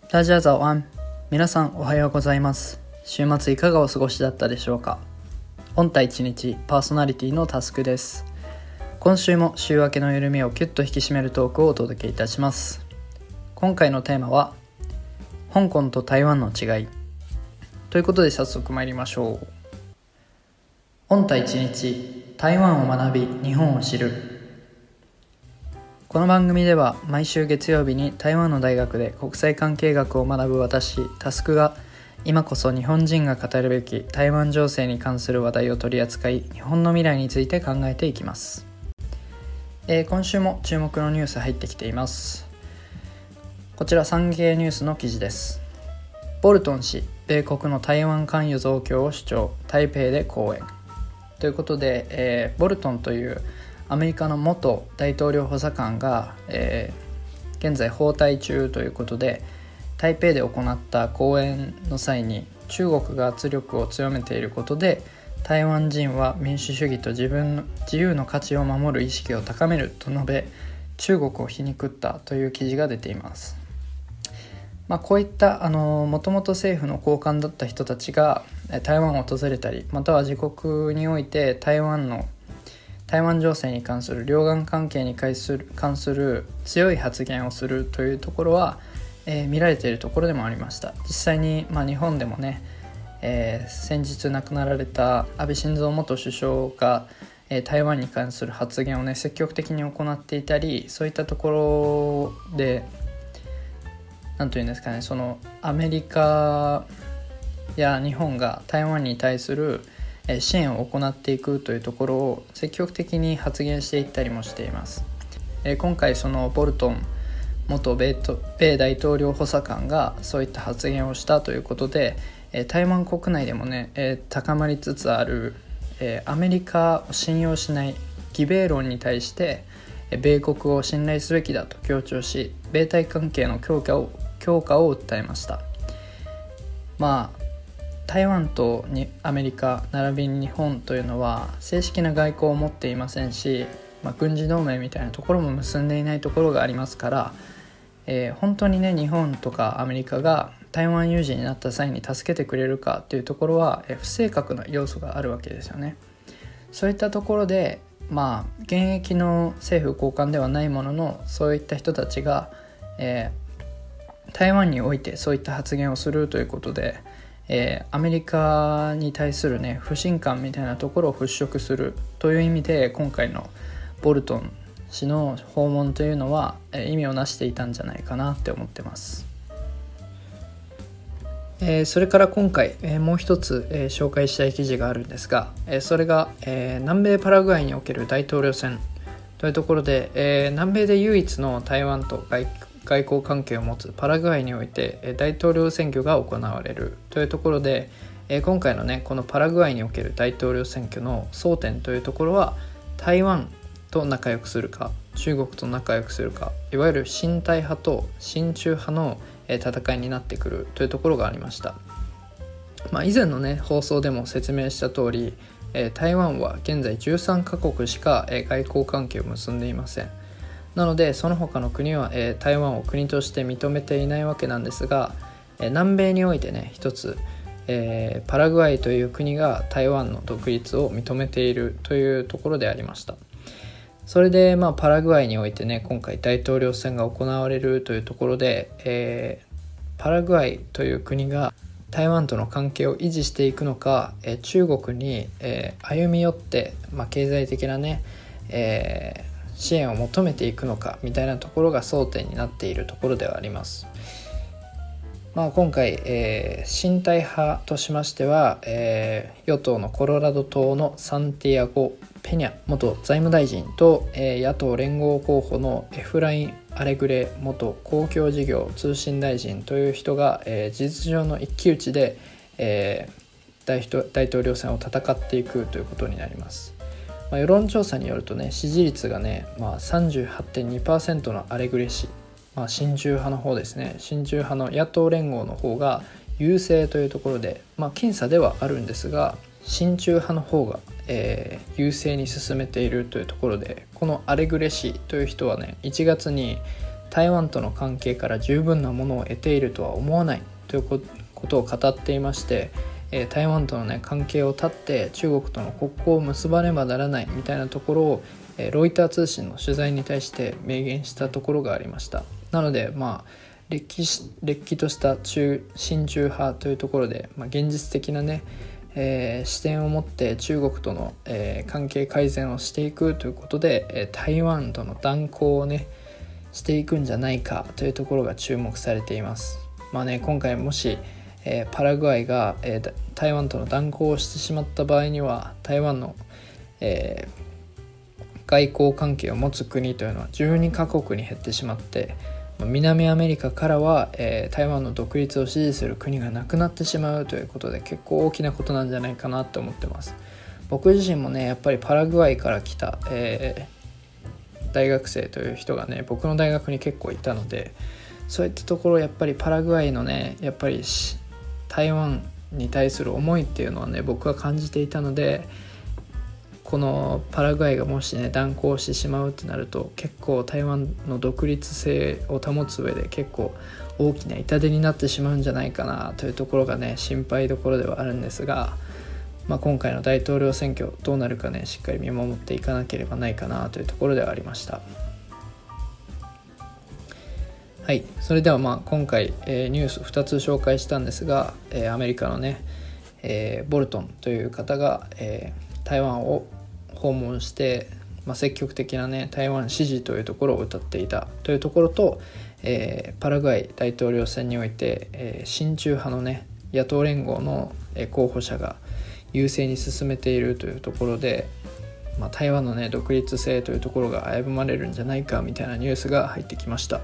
大家早安。皆さんおはようございます。週末いかがお過ごしだったでしょうか。御体一日パーソナリティのタスクです。今週も週明けの緩みをキュッと引き締めるトークをお届けいたします。今回のテーマは香港と台湾の違いということで、早速参りましょう。御体一日台湾を学び日本を知る。この番組では毎週月曜日に台湾の大学で国際関係学を学ぶ私タスクが今こそ日本人が語るべき台湾情勢に関する話題を取り扱い、日本の未来について考えていきます。今週も注目のニュース入ってきています。こちら産経ニュースの記事です。ボルトン氏、米国の台湾関与増強を主張、台北で講演ということで、ボルトンというアメリカの元大統領補佐官が、現在訪台中ということで、台北で行った講演の際に中国が圧力を強めていることで、台湾人は民主主義と自由の価値を守る意識を高めると述べ、中国を皮肉ったという記事が出ています。こういったもともと政府の高官だった人たちが台湾を訪れたり、または自国において台湾情勢に関する両岸関係に関する強い発言をするというところは、見られているところでもありました。実際に、日本でもね、先日亡くなられた安倍晋三元首相が、台湾に関する発言をね積極的に行っていたり、そういったところでなんというんですかね、そのアメリカや日本が台湾に対する支援を行っていくというところを積極的に発言していったりもしています。今回そのボルトン元米大統領補佐官がそういった発言をしたということで、台湾国内でもね、高まりつつある、アメリカを信用しない義米論に対して米国を信頼すべきだと強調し、米台関係の強化を訴えました。台湾とアメリカ並びに日本というのは正式な外交を持っていませんし、軍事同盟みたいなところも結んでいないところがありますから、本当にね日本とかアメリカが台湾有事になった際に助けてくれるかというところは、不正確な要素があるわけですよね。そういったところで現役の政府高官ではないものの、そういった人たちが、台湾においてそういった発言をするということで、アメリカに対する不信感みたいなところを払拭するという意味で、今回のボルトン氏の訪問というのは、意味をなしていたんじゃないかなって思ってます。それから今回、もう一つ、紹介したい記事があるんですが、それが、南米パラグアイにおける大統領選というところで、南米で唯一の台湾と外交関係を持つパラグアイにおいて大統領選挙が行われるというところで、今回のねこのパラグアイにおける大統領選挙の争点というところは、台湾と仲良くするか中国と仲良くするか、いわゆる親台派と親中派の戦いになってくるというところがありました。以前のね放送でも説明した通り、台湾は現在13カ国しか外交関係を結んでいません。なのでその他の国は、台湾を国として認めていないわけなんですが、南米においてね一つ、パラグアイという国が台湾の独立を認めているというところでありました。それでパラグアイにおいてね今回大統領選が行われるというところで、パラグアイという国が台湾との関係を維持していくのか、中国に、歩み寄って、経済的なね、支援を求めていくのかみたいなところが争点になっているところではあります。今回、親台派としましては、与党のコロラド党のサンティアゴ・ペニャ元財務大臣と、野党連合候補のエフライン・アレグレ元公共事業通信大臣という人が、事実上の一騎打ちで、大統領選を戦っていくということになります。世論調査によるとね支持率がね、38.2% のアレグレ氏、親中派の方ですね、親中派の野党連合の方が優勢というところで、僅差ではあるんですが、親中派の方が、優勢に進めているというところで、このアレグレ氏という人はね1月に台湾との関係から十分なものを得ているとは思わないということを語っていまして、台湾との、関係を断って中国との国交を結ばねばならないみたいなところを、ロイター通信の取材に対して明言したところがありました。なのでれっきとした親中派というところで、現実的な視点を持って中国との、関係改善をしていくということで、台湾との断交をしていくんじゃないかというところが注目されています。今回もし、パラグアイが、台湾との断交をしてしまった場合には台湾の、外交関係を持つ国というのは12カ国に減ってしまって、南アメリカからは、台湾の独立を支持する国がなくなってしまうということで、結構大きなことなんじゃないかなと思ってます。僕自身もやっぱりパラグアイから来た、大学生という人が僕の大学に結構いたので、そういったところやっぱりパラグアイのやっぱり台湾に対する思いっていうのは僕は感じていたので、このパラグアイがもし断交してしまうってなると、結構台湾の独立性を保つ上で結構大きな痛手になってしまうんじゃないかなというところが心配どころではあるんですが、今回の大統領選挙どうなるかしっかり見守っていかなければないかなというところではありました。はい、それでは今回、ニュース2つ紹介したんですが、アメリカのボルトンという方が、台湾を訪問して、積極的な台湾支持というところを謳っていたというところと、パラグアイ大統領選において、親中派の野党連合の候補者が優勢に進めているというところで、台湾の独立性というところが危ぶまれるんじゃないかみたいなニュースが入ってきました。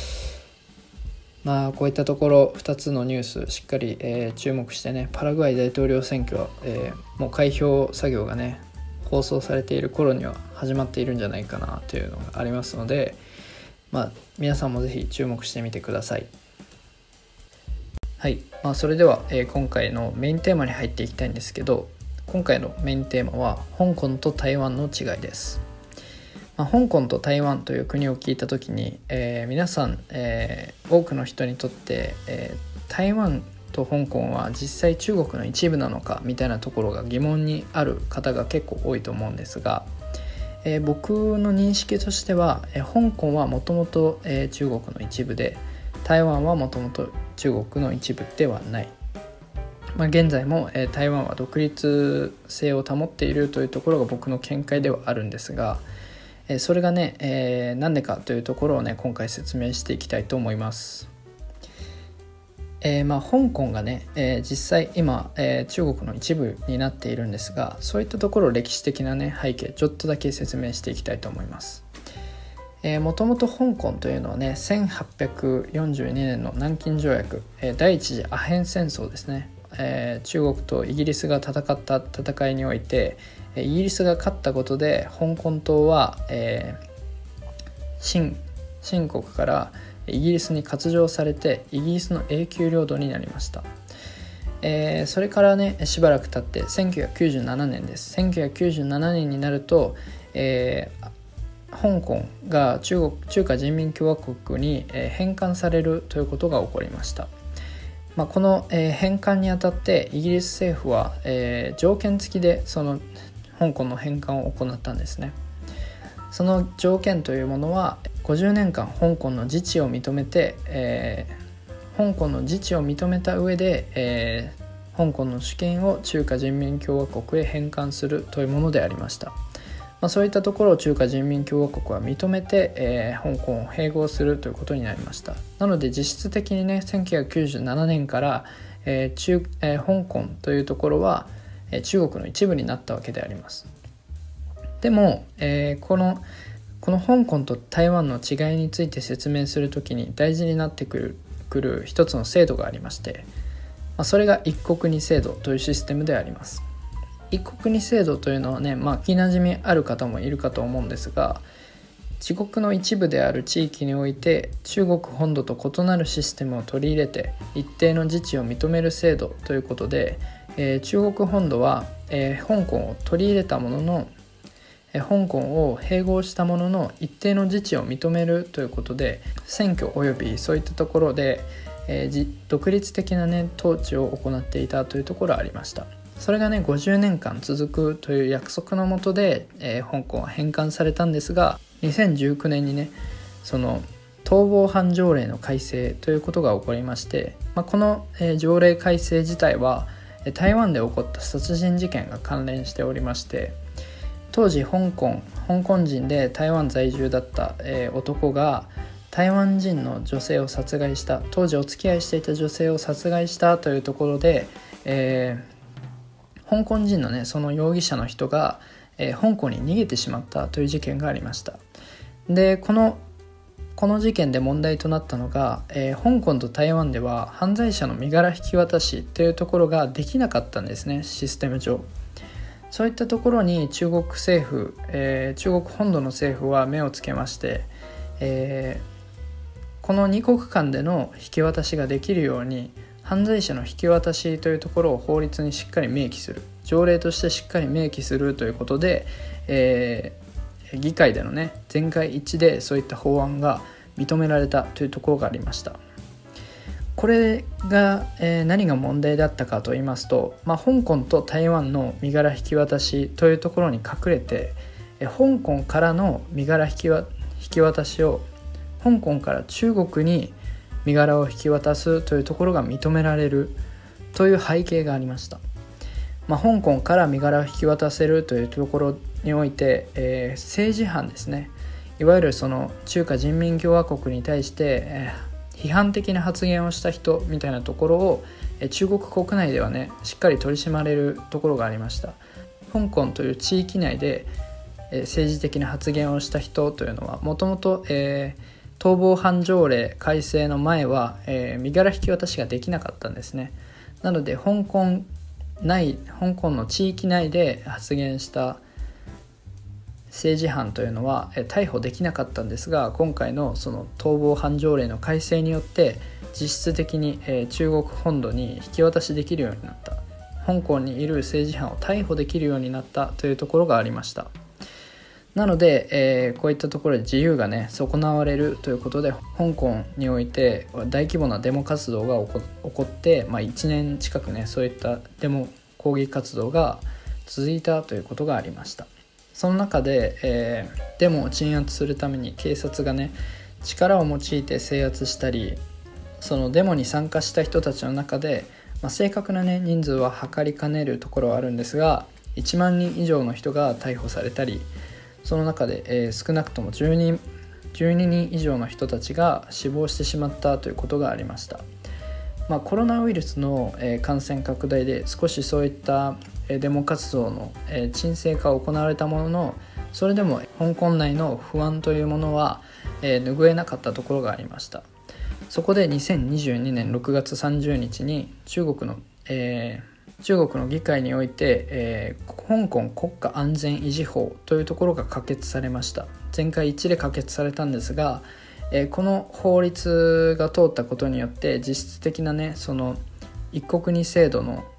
こういったところ2つのニュースしっかり、注目してパラグアイ大統領選挙は、もう開票作業が放送されている頃には始まっているんじゃないかなというのがありますので、皆さんもぜひ注目してみてください。はい、それでは、今回のメインテーマに入っていきたいんですけど、今回のメインテーマは香港と台湾の違いです。香港と台湾という国を聞いたときに、皆さん、多くの人にとって、台湾と香港は実際中国の一部なのかみたいなところが疑問にある方が結構多いと思うんですが、僕の認識としては、香港はもともと中国の一部で、台湾はもともと中国の一部ではない。現在も、台湾は独立性を保っているというところが僕の見解ではあるんですが、それがなんでかというところを今回説明していきたいと思います。香港が実際今、中国の一部になっているんですが、そういったところ歴史的な背景ちょっとだけ説明していきたいと思います。もともと香港というのは1842年の南京条約、第一次アヘン戦争ですね、中国とイギリスが戦った戦いにおいて、イギリスが勝ったことで香港島は、清国からイギリスに割譲されてイギリスの永久領土になりました。それからしばらく経って1997年です。1997年になると、香港が中華人民共和国に返還されるということが起こりました。この返還にあたってイギリス政府は条件付きでその香港の返還を行ったんですね。その条件というものは50年間香港の自治を認めて、香港の自治を認めた上で、香港の主権を中華人民共和国へ返還するというものでありました。そういったところを中華人民共和国は認めて、香港を併合するということになりました。なので実質的に1997年から、香港というところは中国の一部になったわけであります。でも、この香港と台湾の違いについて説明するときに大事になってくる一つの制度がありまして、それが一国二制度というシステムであります。一国二制度というのは聞きなじみある方もいるかと思うんですが、自国の一部である地域において中国本土と異なるシステムを取り入れて一定の自治を認める制度ということで、中国本土は、香港を取り入れたものの、 香港を併合したものの一定の自治を認めるということで、選挙およびそういったところで、独立的な、統治を行っていたというところがありました。それが50年間続くという約束の下で、香港は返還されたんですが、2019年にその逃亡犯条例の改正ということが起こりまして、この、条例改正自体は台湾で起こった殺人事件が関連しておりまして、当時香港人で台湾在住だった、男が台湾人の女性を殺害した、当時お付き合いしていた女性を殺害したというところで、香港人のその容疑者の人が、香港に逃げてしまったという事件がありました。でこの事件で問題となったのが、香港と台湾では犯罪者の身柄引き渡しというところができなかったんですね、システム上。そういったところに中国政府、中国本土の政府は目をつけまして、この2国間での引き渡しができるように、犯罪者の引き渡しというところを法律にしっかり明記する、条例としてしっかり明記するということで、議会での全会一致でそういった法案が認められたというところがありました。これが、何が問題だったかと言いますと、香港と台湾の身柄引き渡しというところに隠れて、香港からの身柄引き渡しを香港から中国に身柄を引き渡すというところが認められるという背景がありました。香港から身柄を引き渡せるというところにおいて、政治犯ですね、いわゆるその中華人民共和国に対して、批判的な発言をした人みたいなところを、中国国内ではしっかり取り締まれるところがありました。香港という地域内で、政治的な発言をした人というのはもともと逃亡犯条例改正の前は、身柄引き渡しができなかったんですね。なので香港の地域内で発言した政治犯というのは逮捕できなかったんですが、今回のその逃亡犯条例の改正によって実質的に中国本土に引き渡しできるようになった、香港にいる政治犯を逮捕できるようになったというところがありました。なので、こういったところで自由が損なわれるということで、香港において大規模なデモ活動が起こって、1年近くそういったデモ抗議活動が続いたということがありました。その中で、デモを鎮圧するために警察が力を用いて制圧したり、そのデモに参加した人たちの中で、正確な人数は測りかねるところはあるんですが、1万人以上の人が逮捕されたり、その中で、少なくとも12人以上の人たちが死亡してしまったということがありました。コロナウイルスの、感染拡大で少しそういったデモ活動の、沈静化が行われたものの、それでも香港内の不安というものは、拭えなかったところがありました。そこで2022年6月30日に中国の議会において、香港国家安全維持法というところが可決されました。全会一致で可決されたんですが、この法律が通ったことによって実質的なその一国二制度の、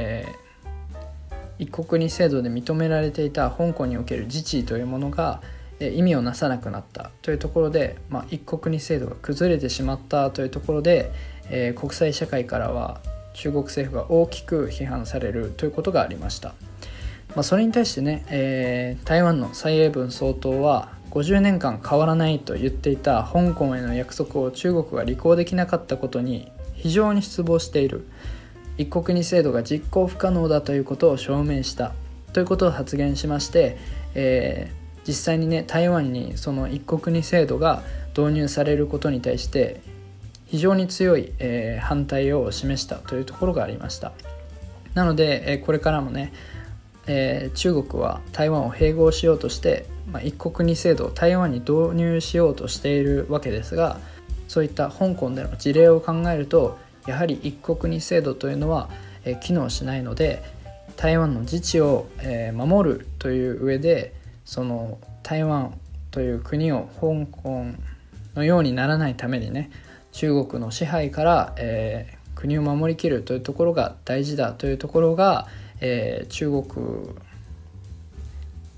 一国二制度で認められていた香港における自治というものが意味をなさなくなったというところで、一国二制度が崩れてしまったというところで、国際社会からは中国政府が大きく批判されるということがありました。それに対して台湾の蔡英文総統は50年間変わらないと言っていた香港への約束を中国が履行できなかったことに非常に失望している、一国二制度が実行不可能だということを証明したということを発言しまして、実際に台湾にその一国二制度が導入されることに対して非常に強い、反対を示したというところがありました。なので、これからも中国は台湾を併合しようとして、一国二制度を台湾に導入しようとしているわけですが、そういった香港での事例を考えるとやはり一国二制度というのは、機能しないので、台湾の自治を、守るという上で、その台湾という国を香港のようにならないために中国の支配から、国を守りきるというところが大事だというところが、中国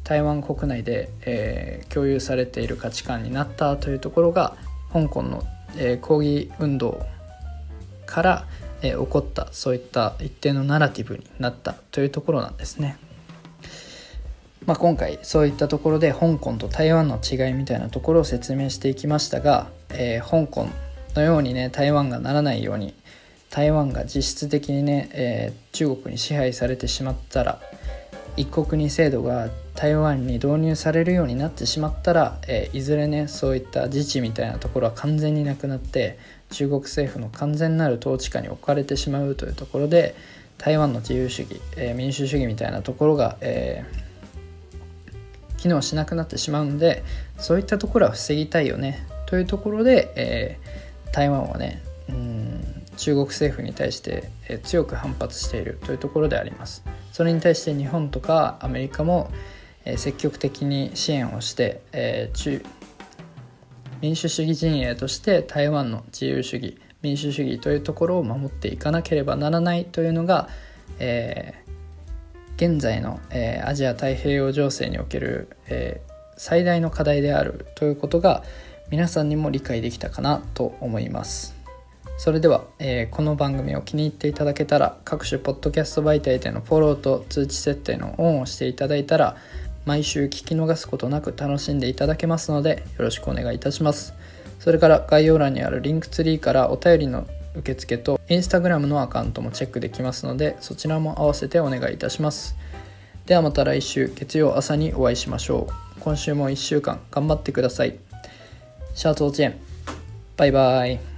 台湾国内で、共有されている価値観になったというところが香港の、抗議運動から、起こったそういった一定のナラティブになったというところなんですね。今回そういったところで香港と台湾の違いみたいなところを説明していきましたが、香港のようにね台湾がならないように、台湾が実質的にね、中国に支配されてしまったら、一国二制度が台湾に導入されるようになってしまったら、いずれねそういった自治みたいなところは完全になくなって中国政府の完全なる統治下に置かれてしまうというところで、台湾の自由主義、民主主義みたいなところが、機能しなくなってしまうので、そういったところは防ぎたいよねというところで、台湾はね中国政府に対して、強く反発しているというところであります。それに対して日本とかアメリカも、積極的に支援をして、民主主義陣営として台湾の自由主義民主主義というところを守っていかなければならないというのが、現在の、アジア太平洋情勢における、最大の課題であるということが皆さんにも理解できたかなと思います。それでは、この番組を気に入っていただけたら、各種ポッドキャスト媒体でのフォローと通知設定のオンをしていただいたら、毎週聞き逃すことなく楽しんでいただけますのでよろしくお願いいたします。それから概要欄にあるリンクツリーからお便りの受付とインスタグラムのアカウントもチェックできますので、そちらも合わせてお願いいたします。ではまた来週月曜朝にお会いしましょう。今週も1週間頑張ってください。シャツオチェン、バイバイ。